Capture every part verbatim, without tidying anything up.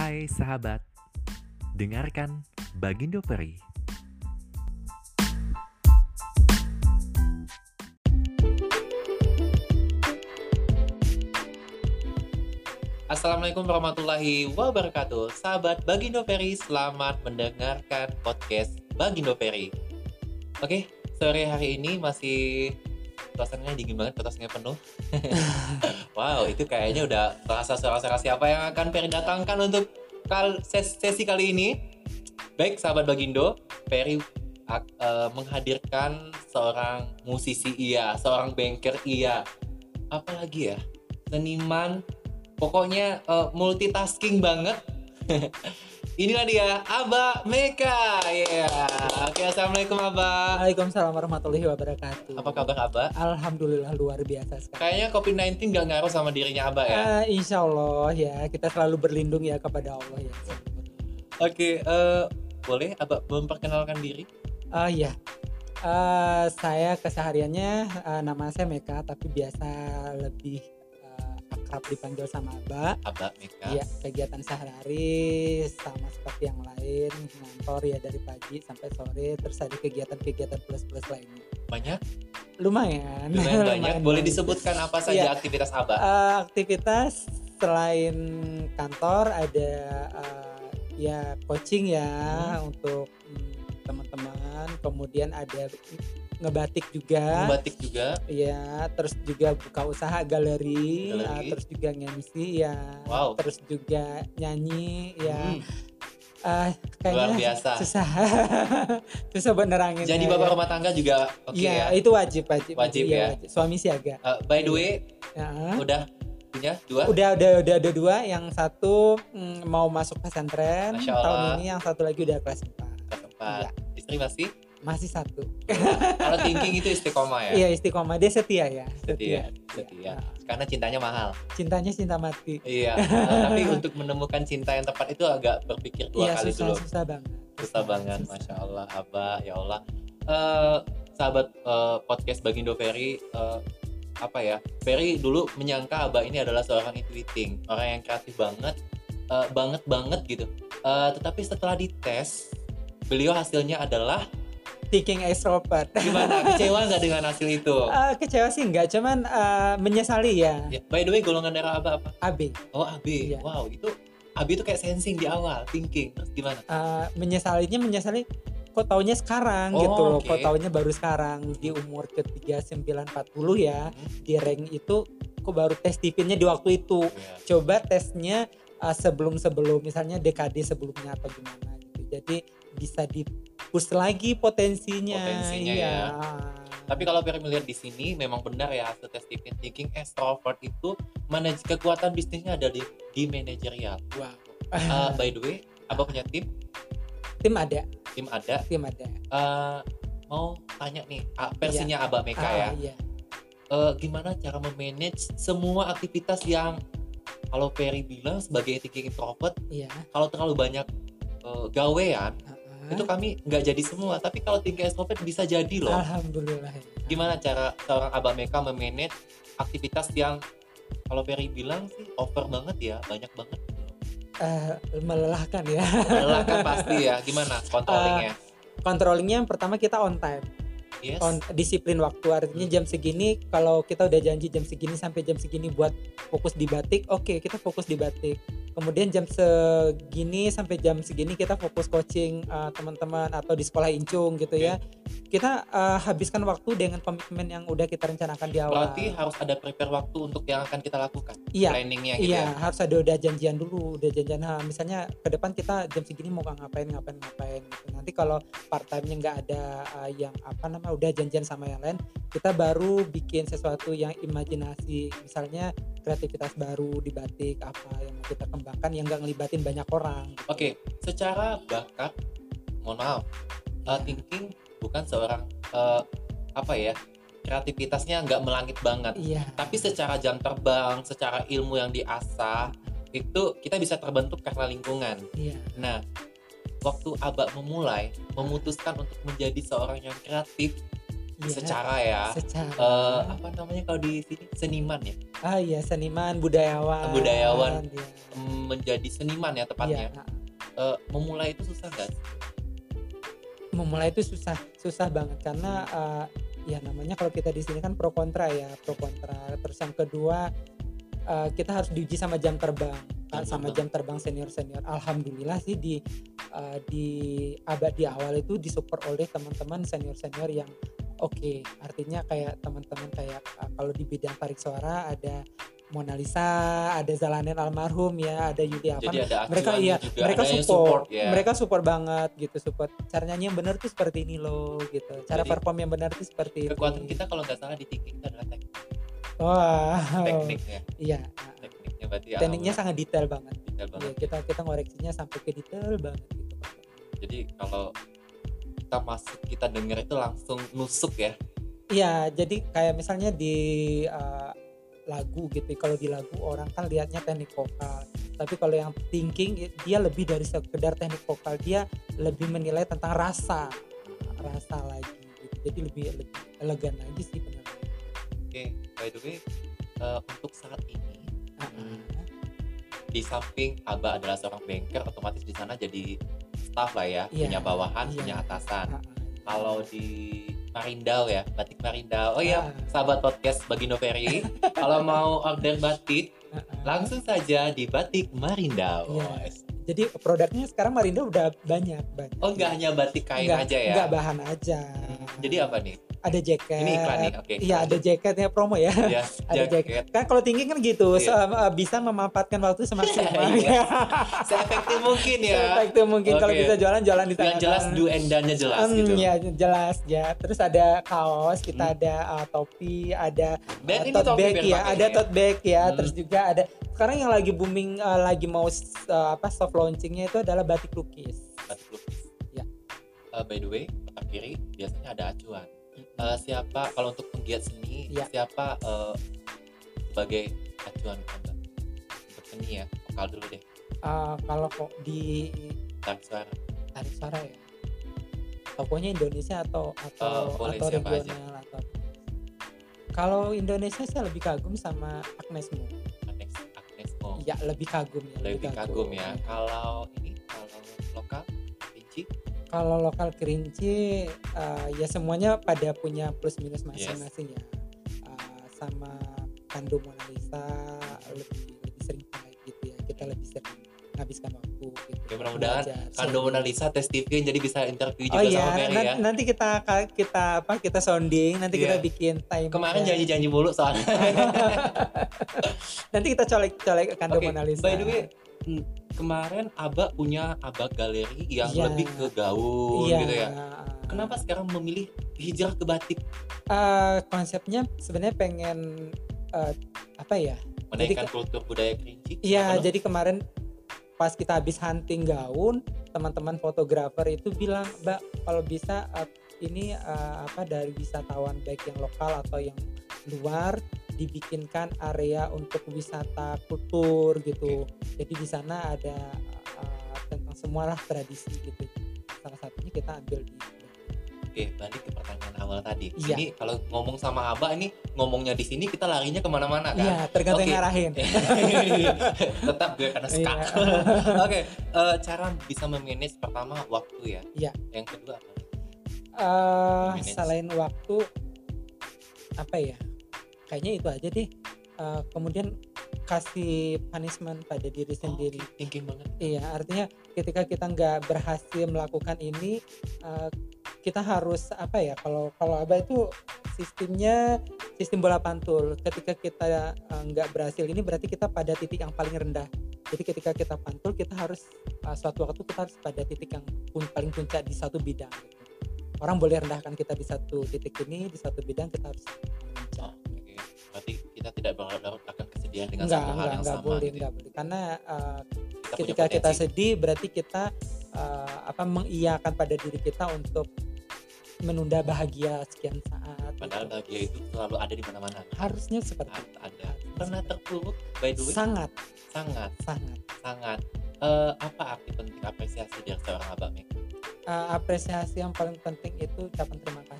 Hai sahabat, dengarkan Bagindo Peri. Assalamualaikum warahmatullahi wabarakatuh. Sahabat Bagindo Peri, selamat mendengarkan podcast Bagindo Peri. Oke, sore hari ini masih suasananya dingin banget, kertasnya penuh. Wow, itu kayaknya udah terasa suara-suara siapa yang akan Peri datangkan untuk kal- ses- sesi kali ini. Baik, sahabat Bagindo, Peri ak- eh, menghadirkan seorang musisi iya, seorang banker iya. Apalagi ya, seniman, pokoknya uh, multitasking banget. Inilah dia, Aba Meka. Ya, yeah. Oke, assalamualaikum Aba. Waalaikumsalam warahmatullahi wabarakatuh. Apa kabar Aba? Alhamdulillah luar biasa sekali. Kayaknya covid sembilan belas nggak ngaruh sama dirinya Aba ya. Uh, insya Allah ya, kita selalu berlindung ya kepada Allah ya. Oke, uh, boleh Aba memperkenalkan diri? Ah uh, ya, uh, saya kesehariannya uh, nama saya Meka, tapi biasa lebih akrab dipanggil sama Aba. Aba Meka. Iya, kegiatan sehari-hari sama seperti yang lain, ngantor ya dari pagi sampai sore, terus ada kegiatan-kegiatan plus-plus lainnya. Banyak? Lumayan. Lumayan banyak. Lumayan Boleh banyak. Disebutkan apa saja ya. aktivitas Aba? Uh, aktivitas selain kantor ada uh, ya coaching ya hmm. untuk hmm, teman-teman, kemudian ada ngebatik juga, ngebatik juga, ya, terus juga buka usaha galeri, galeri. Uh, terus juga nge-M C ya, wow. Terus juga nyanyi ya, hmm. uh, kayaknya luar biasa, susah, susah benerangin. Jadi bapak ya. Rumah tangga juga, oke okay ya, ya, itu wajib, wajib, wajib ya, ya. Wajib. Suami siaga. Uh, by the way, ya. Udah punya dua? Udah, udah, udah ada dua. Yang satu mm, mau masuk pesantren tahun ini, yang satu lagi udah kelas empat. Kelas empat. Ya. Istri masih? Masih satu. Kalau thinking itu istiqomah ya? Iya, istiqomah. Dia setia ya. Setia, setia. setia. Ya. Karena cintanya mahal. Cintanya cinta mati. Iya. uh, tapi untuk menemukan cinta yang tepat itu agak berpikir dua iya, kali susah, dulu. Susah banget. Susah, susah banget, susah. Masya Allah, Aba, ya Allah. Uh, sahabat uh, podcast Bagindo Peri, uh, apa ya? Peri dulu menyangka Aba ini adalah seorang intuiting, orang yang kreatif banget, uh, banget banget gitu. Uh, tetapi setelah dites, beliau hasilnya adalah thinking extrovert. Gimana? Kecewa nggak dengan hasil itu? Uh, kecewa sih nggak, cuman uh, menyesali ya. ya. By the way, golongan darah Aba apa? A B. Oh, A B. Iya. Wow, itu A B itu kayak sensing di awal, thinking. Terus gimana? Uh, menyesalinya menyesali kok taunya sekarang oh, gitu loh. Okay. Kok taunya baru sekarang di umur ketiga sembilan empat puluh ya. Hmm. Di rank itu kok baru tes T V-nya di waktu itu. Yeah. Coba tesnya uh, sebelum-sebelum misalnya dekade sebelumnya atau gimana gitu. Jadi bisa di push lagi potensinya. Potensinya iya. Ya. Tapi kalau Peri melihat di sini memang benar ya, hasil tes thinking extrovert itu manaj kekuatan bisnisnya ada di, di manajerial. Wow. Uh, by the way, Abah punya tim? Tim ada. Tim ada. Tim ada. Uh, mau tanya nih, versinya iya. Abah Meka ah, ya. Iya. Uh, gimana cara memanage semua aktivitas yang kalau Peri bilang sebagai thinking introvert, iya. Kalau terlalu banyak uh, gawean. Uh. Itu kami nggak jadi semua, tapi kalau tingkat extrovert bisa jadi loh. Alhamdulillah. Gimana cara seorang Aba Meka memanage aktivitas yang kalau Peri bilang sih over banget ya, banyak banget. Uh, melelahkan ya. Melelahkan pasti ya. Gimana controllingnya? Uh, controllingnya yang pertama kita on time. Yes. On, disiplin waktu, artinya jam segini kalau kita udah janji jam segini sampai jam segini buat fokus di batik, oke okay, kita fokus di batik. Kemudian jam segini sampai jam segini kita fokus coaching uh, teman-teman atau di sekolah incung gitu okay. ya. Kita uh, habiskan waktu dengan komitmen yang udah kita rencanakan di awal. Berarti harus ada prepare waktu untuk yang akan kita lakukan. Iya. Planningnya gitu iya, ya. Harus ada udah janjian dulu, udah janjian. Nah, misalnya ke depan kita jam segini mau ngapain ngapain ngapain gitu. Nanti kalau part time-nya nggak ada uh, yang apa namanya udah janjian sama yang lain, kita baru bikin sesuatu yang imajinasi, misalnya kreativitas baru di batik apa yang mau kita kembangkan yang nggak ngelibatin banyak orang gitu. Oke, okay. Secara bakat mohon maaf yeah. uh, thinking bukan seorang uh, apa ya kreativitasnya nggak melangit banget yeah. Tapi secara jam terbang, secara ilmu yang diasah itu kita bisa terbentuk karena lingkungan yeah. Nah, waktu Aba memulai memutuskan untuk menjadi seorang yang kreatif, Iya, secara ya secara uh, apa namanya kalau di sini seniman ya. Ah iya, seniman, budayawan. Budayawan ya. menjadi seniman ya tepatnya. Iya. Uh, memulai itu susah gak? Memulai itu susah, susah banget karena uh, ya namanya kalau kita di sini kan pro kontra ya, pro kontra. Terus yang kedua uh, kita harus diuji sama jam terbang, jam sama terbang. jam terbang senior-senior. Alhamdulillah sih di uh, di abad di awal itu disupport oleh teman-teman senior-senior yang oke. Okay. Artinya kayak teman-teman kayak uh, kalau di bidang tarik suara ada Mona Lisa, ada Zalanen almarhum ya, ada Yudi apa. Jadi ada mereka iya, juga, mereka support, support ya. mereka support banget gitu, support. Cara nyanyi yang benar tuh seperti ini loh gitu. Cara Jadi, perform yang benar tuh seperti kekuatan ini. kita kalau nggak salah di thinking itu adalah teknik. Wow. Tekniknya. Iya. Tekniknya berarti. Tekniknya sangat detail banget. Detail banget. Ya, kita kita ngoreksinya sampai ke detail banget gitu. Jadi kalau kita masuk kita dengar itu langsung nusuk ya. Iya, jadi kayak misalnya di uh, lagu gitu, kalau di lagu orang kan lihatnya teknik vokal, tapi kalau yang thinking dia lebih dari sekedar teknik vokal, dia lebih menilai tentang rasa rasa lagi gitu. Jadi lebih, lebih elegan lagi sih benar. Oke, okay, by the way uh, untuk saat ini uh-huh. di samping Aba adalah seorang banker, otomatis di sana jadi staff lah ya, yeah, punya bawahan, yeah. punya atasan. Uh-huh. Kalau di Marindau ya, batik Marindau. Oh iya, ah. sahabat podcast Bagindo Ferry, kalau mau order batik, uh-uh. langsung saja di Batik Marindau. Yes. Jadi produknya sekarang Marindau udah banyak, banyak. Oh, nggak hanya batik kain enggak, aja ya? Nggak bahan aja. Hmm, jadi apa nih? Ada jaket. Ini iklan nih, oke. Okay. Iya, ada jaketnya promo ya. Iya, ada jaket. jaket. Kan kalau tinggi kan gitu, iya. se- bisa memanfaatkan waktu semaksimal. Iya. Se-efektif mungkin ya. Se-efektif mungkin okay. Kalau bisa jualan jualan di sana. Yang jelas do and done-nya jelas um, gitu. Iya, jelas ya. Terus ada kaos, kita hmm. ada uh, topi, ada uh, tote bag ya, ada ya. tote bag ya. Hmm. Terus juga ada sekarang yang lagi booming, uh, lagi mau uh, apa soft launchingnya itu adalah batik lukis. Batik lukis. Ya. Uh, by the way, otak kiri biasanya ada acuan. Uh, siapa kalau untuk penggiat seni ya. siapa uh, sebagai acuan Anda untuk seni ya, vokal dulu deh. Uh, kalau kok di tarik suara tarik suara ya tokonya Indonesia atau atau uh, atau regional aja. Atau kalau Indonesia saya lebih kagum sama Agnes Mo. Agnes Agnes Mo. Ya lebih kagum ya. Lebih, lebih kagum, kagum ya. Kalau ini kalau lokal Kerinci. Kalau lokal Kerinci uh, ya semuanya pada punya plus minus masing-masing yes. ya. Uh, sama Kando Mona Lisa lebih lebih sering fight gitu ya. Kita lebih sering menghabiskan waktu gitu. Ya, mudah-mudahan Kando Mona Lisa tes T V jadi bisa interview juga oh, iya. sama Ferry ya. Nanti kita kita apa kita sounding, nanti yeah. kita bikin time. Kemarin ya. janji-janji mulu soalnya. Nanti kita colek-colek Kando okay. Mona Lisa. By the way, kemarin Aba punya Aba Galeri yang yeah. lebih ke gaun yeah. gitu ya. Kenapa sekarang memilih hijrah ke batik? Uh, konsepnya sebenarnya pengen uh, apa ya? Menaikkan jadi, kultur budaya Kerinci. Iya, jadi kemarin pas kita habis hunting gaun, teman-teman fotografer itu bilang, "Mbak, kalau bisa uh, ini uh, apa dari wisatawan baik yang lokal atau yang luar dibikinkan area untuk wisata kultur gitu." Okay. Jadi di sana ada uh, tentang semualah tradisi gitu. Salah satunya kita ambil di. Oke, balik ke pertanyaan awal tadi. Iya. Ini kalau ngomong sama Aba ini ngomongnya di sini kita larinya kemana-mana kan? Iya, tergantung okay. ngarahin. Tetap gue karena suka. Iya. Oke, uh, cara bisa memanage pertama waktu ya. Iya. Yang kedua apa? Uh, selain waktu apa ya? Kayaknya itu aja deh. Uh, kemudian kasih punishment pada diri oh, sendiri. Thinking banget. Iya, artinya ketika kita nggak berhasil melakukan ini, uh, kita harus apa ya? Kalau kalau Aba itu sistemnya sistem bola pantul. Ketika kita uh, nggak berhasil ini berarti kita pada titik yang paling rendah. Jadi ketika kita pantul, kita harus uh, suatu waktu kita harus pada titik yang pun, paling puncak di satu bidang. Gitu. Orang boleh rendahkan kita di satu titik ini, di satu bidang kita harus puncak. Oh, berarti kita tidak berlarut akan kesedihan dengan enggak, satu hal enggak, yang enggak sama boleh, gitu. enggak boleh karena uh, kita ketika kita sedih berarti kita uh, apa mengiyakan pada diri kita untuk menunda bahagia sekian saat. Padahal gitu. Bahagia itu selalu ada di mana-mana. Harusnya seperti itu. Ada. Pernah terpuruk by the way? Sangat. Sangat. Sangat. Sangat. Uh, apa arti penting apresiasi dari seorang Abah Mega? Uh, apresiasi yang paling penting itu ucapan terima kasih.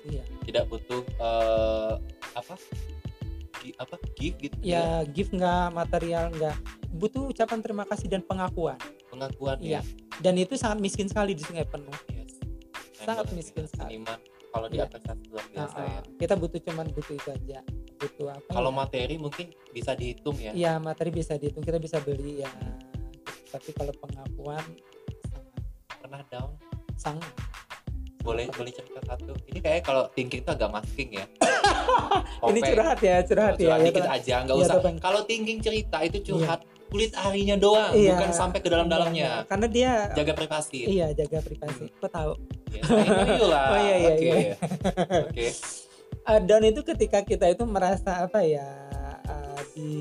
Iya. Tidak butuh uh, apa? Gi- apa gift gitu ya gift nggak, material nggak, butuh ucapan terima kasih dan pengakuan pengakuan iya ya. dan itu sangat miskin sekali di Sungai Penuh. Yes. Sangat Memang miskin ya, sekali. seniman kalau Iya. diapresiasi luar biasa Nah, ya. kita butuh cuman butuh itu aja, butuh apa Kalau ya? materi mungkin bisa dihitung ya. Iya, materi bisa dihitung, kita bisa beli ya, tapi kalau pengakuan Pernah down? sangat Boleh boleh cerita satu. Ini kayak kalau thinking itu agak masking ya. ini Ope. curhat ya, curhat ya, Curhat ya, dikit teman. aja, nggak Iya, usah. teman. Kalau thinking cerita itu curhat kulit harinya doang, Iya. bukan sampai ke dalam-dalamnya. Karena dia Jaga privasi. iya jaga privasi. Hmm. Kok tahu? Ya, I know you lah. Oh, iya, iya, Oke. iya. Oke. Uh, down itu ketika kita itu merasa apa ya, uh, di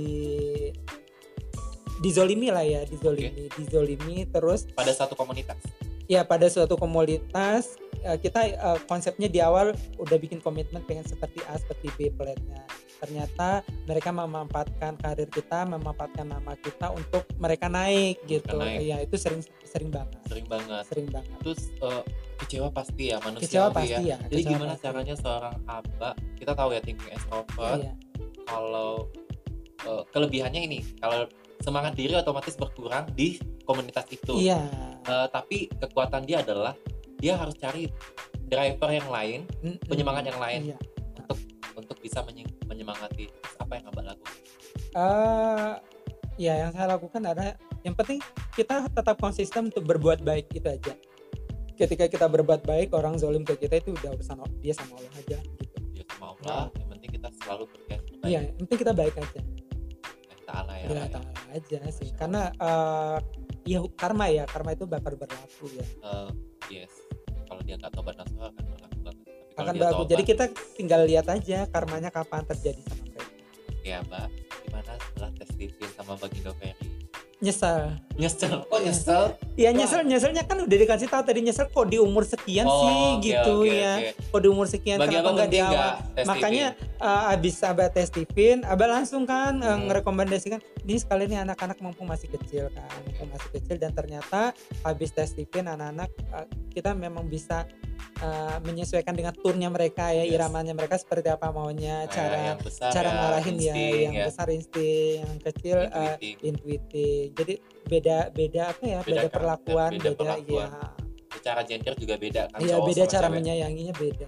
dizolimi lah ya, dizolimi, dizolimi terus Pada satu komunitas. ya pada suatu komunitas uh, kita uh, konsepnya di awal udah bikin komitmen pengen seperti A seperti B plan-nya. Ternyata mereka memanfaatkan karir kita, memanfaatkan nama kita untuk mereka naik gitu. naik. Ya itu sering sering banget. Sering banget. Sering banget. Terus uh, kecewa pasti ya manusia. Kecewa pasti ya. Jadi kecewa gimana pasti. caranya seorang aba, kita tahu ya thinking extrovert, Iya. kalau uh, kelebihannya ini, kalau semangat diri otomatis berkurang di komunitas itu. Iya. Uh, tapi kekuatan dia adalah dia harus cari driver yang lain, Mm-mm. penyemangat yang lain Iya. untuk untuk bisa menye- menyemangati. Terus apa yang abah lakukan? Uh, ya yang saya lakukan adalah yang penting kita tetap konsisten untuk berbuat baik, itu aja. Ketika kita berbuat baik, orang zalim ke kita itu udah urusan dia sama Allah aja gitu. Ya sama Allah, yang penting kita selalu berbuat baik. Iya, yang penting kita baik aja. Allah Ta'ala ya. Ya ya. taala aja sih. Masya Karena uh, ya karma ya, karma itu bakal berlaku ya. Uh, yes. Kalau dia nggak tobat nasuha akan berlaku banget. Tapi kalau Akan dia berlaku. tobat, Jadi kita tinggal lihat aja karmanya kapan terjadi sama mereka. ya Mbak, gimana setelah tes Livin sama Bagindo Ferry? Nyesal. Nyesel, kok nyesel? Ya Wah. nyesel, nyeselnya kan udah dikasih tahu tadi, nyesel kok di umur sekian Oh, sih oke, gitu oke, ya. oke. Kok di umur sekian Bagi kenapa abang nggak di penting awal? nggak tes Makanya uh, abis abah tes Livin, abah langsung kan uh, Hmm. ngerekomendasikan ini sekali nih anak-anak mumpung masih kecil kan, mumpung masih kecil, dan ternyata habis tes Livin anak-anak uh, kita memang bisa uh, menyesuaikan dengan turnya mereka ya, Yes. iramanya mereka seperti apa maunya, Nah, cara yang besar cara ya, ngarahin ya, insting yang ya, besar insting, yang kecil uh, intuitif. intuitif. Jadi beda beda apa ya, Beda beda, karakter, perlakuan, beda beda, perlakuan. ya. Secara gender juga beda kan. Iya, cowok beda sama cara cewek. menyayanginya beda.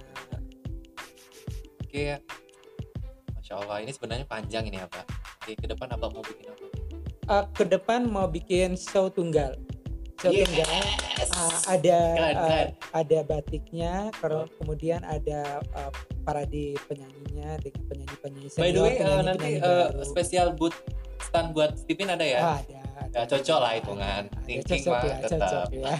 Oke ya. Masya Allah, ini sebenarnya panjang ini apa? Oke, ke depan abang mau bikin apa? Uh, ke depan mau bikin show tunggal. Show Yes. tunggal. Uh, ada Keren, uh, keren. ada batiknya, Oh. kero- kemudian ada uh, parade penyanyinya dengan penyanyi-penyanyi By the senior, way, uh, penyanyi- nanti penyanyi uh, baru. spesial boot stand buat Stephen ada ya? Ah, ada, ada. Ya, cocok lah hitungan. Ada, Thinking cocok mah ya, tetap. cocok ya.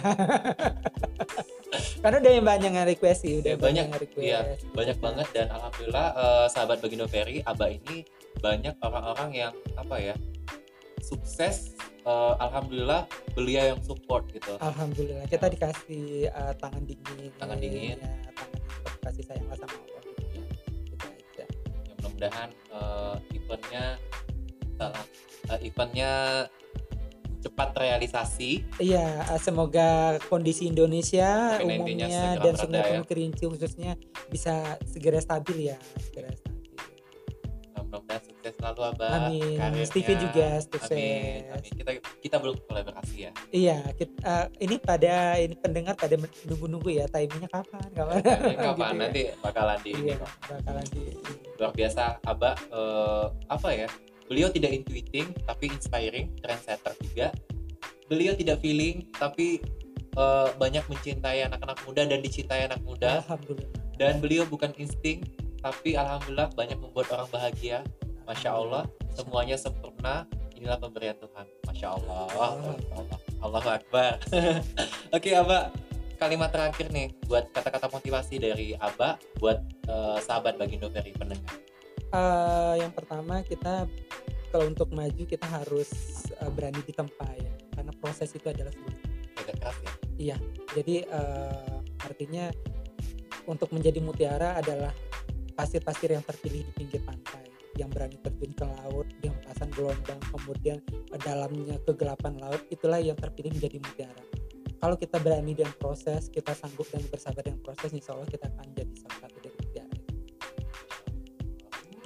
Karena udah yang banyak yang request sih, udah Ya, banyak, yang request. iya, gitu banyak kan. banget, dan alhamdulillah uh, sahabat Bagindo Ferry, Aba ini banyak orang-orang yang apa ya, sukses. Uh, alhamdulillah beliau yang support gitu. Alhamdulillah kita dikasih uh, tangan dingin. Tangan dingin. Ya, tangan dingin. Kasih sayang lah sama Allah. Gitu. Gitu aja. Ya, mudah-mudahan uh, eventnya salah uh, eventnya cepat realisasi. Iya, uh, semoga kondisi Indonesia covid sembilan belas-nya umumnya segera dan mereda Sungai ya. Penuh Kerinci khususnya bisa segera stabil ya, segera stabil. Mudah-mudahan sukses selalu Abah. Amin. Karirnya. Stevie juga sukses. Amin. Amin. Kita kita belum kolaborasi ya. Iya, kita, uh, ini pada ini pendengar pada nunggu-nunggu ya, timingnya kapan? Kapan? Kapan Gitu ya. nanti bakalan di ini Iya, kok. bakalan di Luar biasa Abah, eh, apa ya? Beliau tidak intuiting tapi inspiring, trendsetter juga. Beliau tidak feeling tapi eh, banyak mencintai anak-anak muda dan dicintai anak muda. Alhamdulillah. Dan beliau bukan insting tapi alhamdulillah banyak membuat orang bahagia. Masya Allah, semuanya sempurna. Inilah pemberian Tuhan. Masya Allah. Allah. Allahu Akbar. Oke Abah, kalimat terakhir nih buat kata-kata motivasi dari Abah buat eh, sahabat Bagindo Ferry pendengar. Uh, yang pertama kita kalau untuk maju kita harus uh, berani ditempa ya, karena proses itu adalah sulit. Agak keras ya. Iya, jadi uh, artinya untuk menjadi mutiara adalah pasir-pasir yang terpilih di pinggir pantai, yang berani terjun ke laut, yang pasang gelombang, kemudian dalamnya kegelapan laut, itulah yang terpilih menjadi mutiara. Kalau kita berani dengan proses, kita sanggup dan bersabar dengan proses, insya Allah kita akan jadi salah satu dari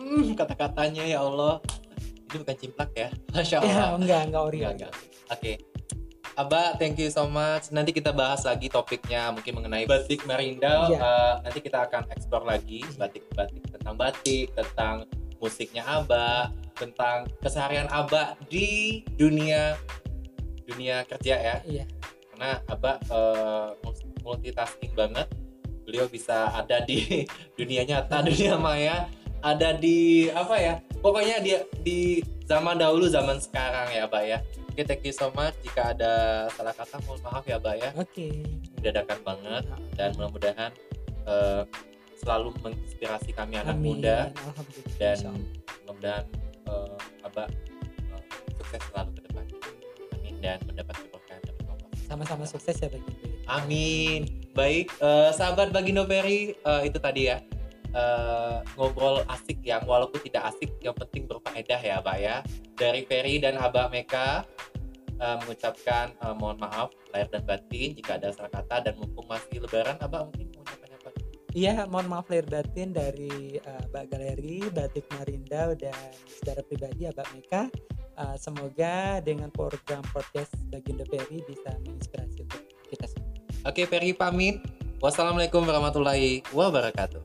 Hmm, kata-katanya ya Allah. Ini bukan cimplak ya, Masya Allah. Ya, enggak, enggak ori. Enggak, enggak. Oke. Aba, thank you so much. Nanti kita bahas lagi topiknya mungkin mengenai batik Marindau. Iya. Uh, nanti kita akan explore lagi batik-batik tentang batik, tentang musiknya Aba, tentang keseharian Aba di dunia dunia kerja ya. Iya. Karena Aba uh, multitasking banget. Beliau bisa ada di dunia nyata, dunia maya, ada di apa ya? Pokoknya dia di zaman dahulu, zaman sekarang ya, Mbak ya. Oke, thank you so much. Jika ada salah kata, mohon maaf ya, Mbak ya. Oke. Dadakan banget dan mudah-mudahan uh, selalu menginspirasi kami anak Amin. muda Alhamdulillah. dan Insya Allah. mudah-mudahan uh, Abah uh, sukses selalu ke depan. Amin, dan mendapat keberkahan dari Allah. Sama-sama sukses ya bagi Amin. Baik, uh, sahabat Bagindo Ferry, uh, itu tadi ya. Uh, ngobrol asik yang walaupun tidak asik yang penting berfaedah ya Mbak ya, dari Ferry dan Abah Meka uh, mengucapkan uh, mohon maaf lahir dan batin jika ada salah kata, dan mumpung masih lebaran Abah mungkin mau nyapa apa? Iya, mohon maaf lahir batin dari uh, Mbak Galeri, Batik Marindau, dan secara pribadi Abah Meka. Uh, semoga dengan program podcast Bagindo Ferry bisa menginspirasi untuk kita semua. Oke, Ferry pamit. Wassalamualaikum warahmatullahi wabarakatuh.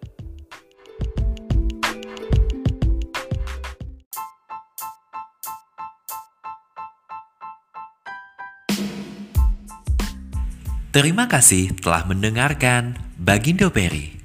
Terima kasih telah mendengarkan Bagindo Ferry.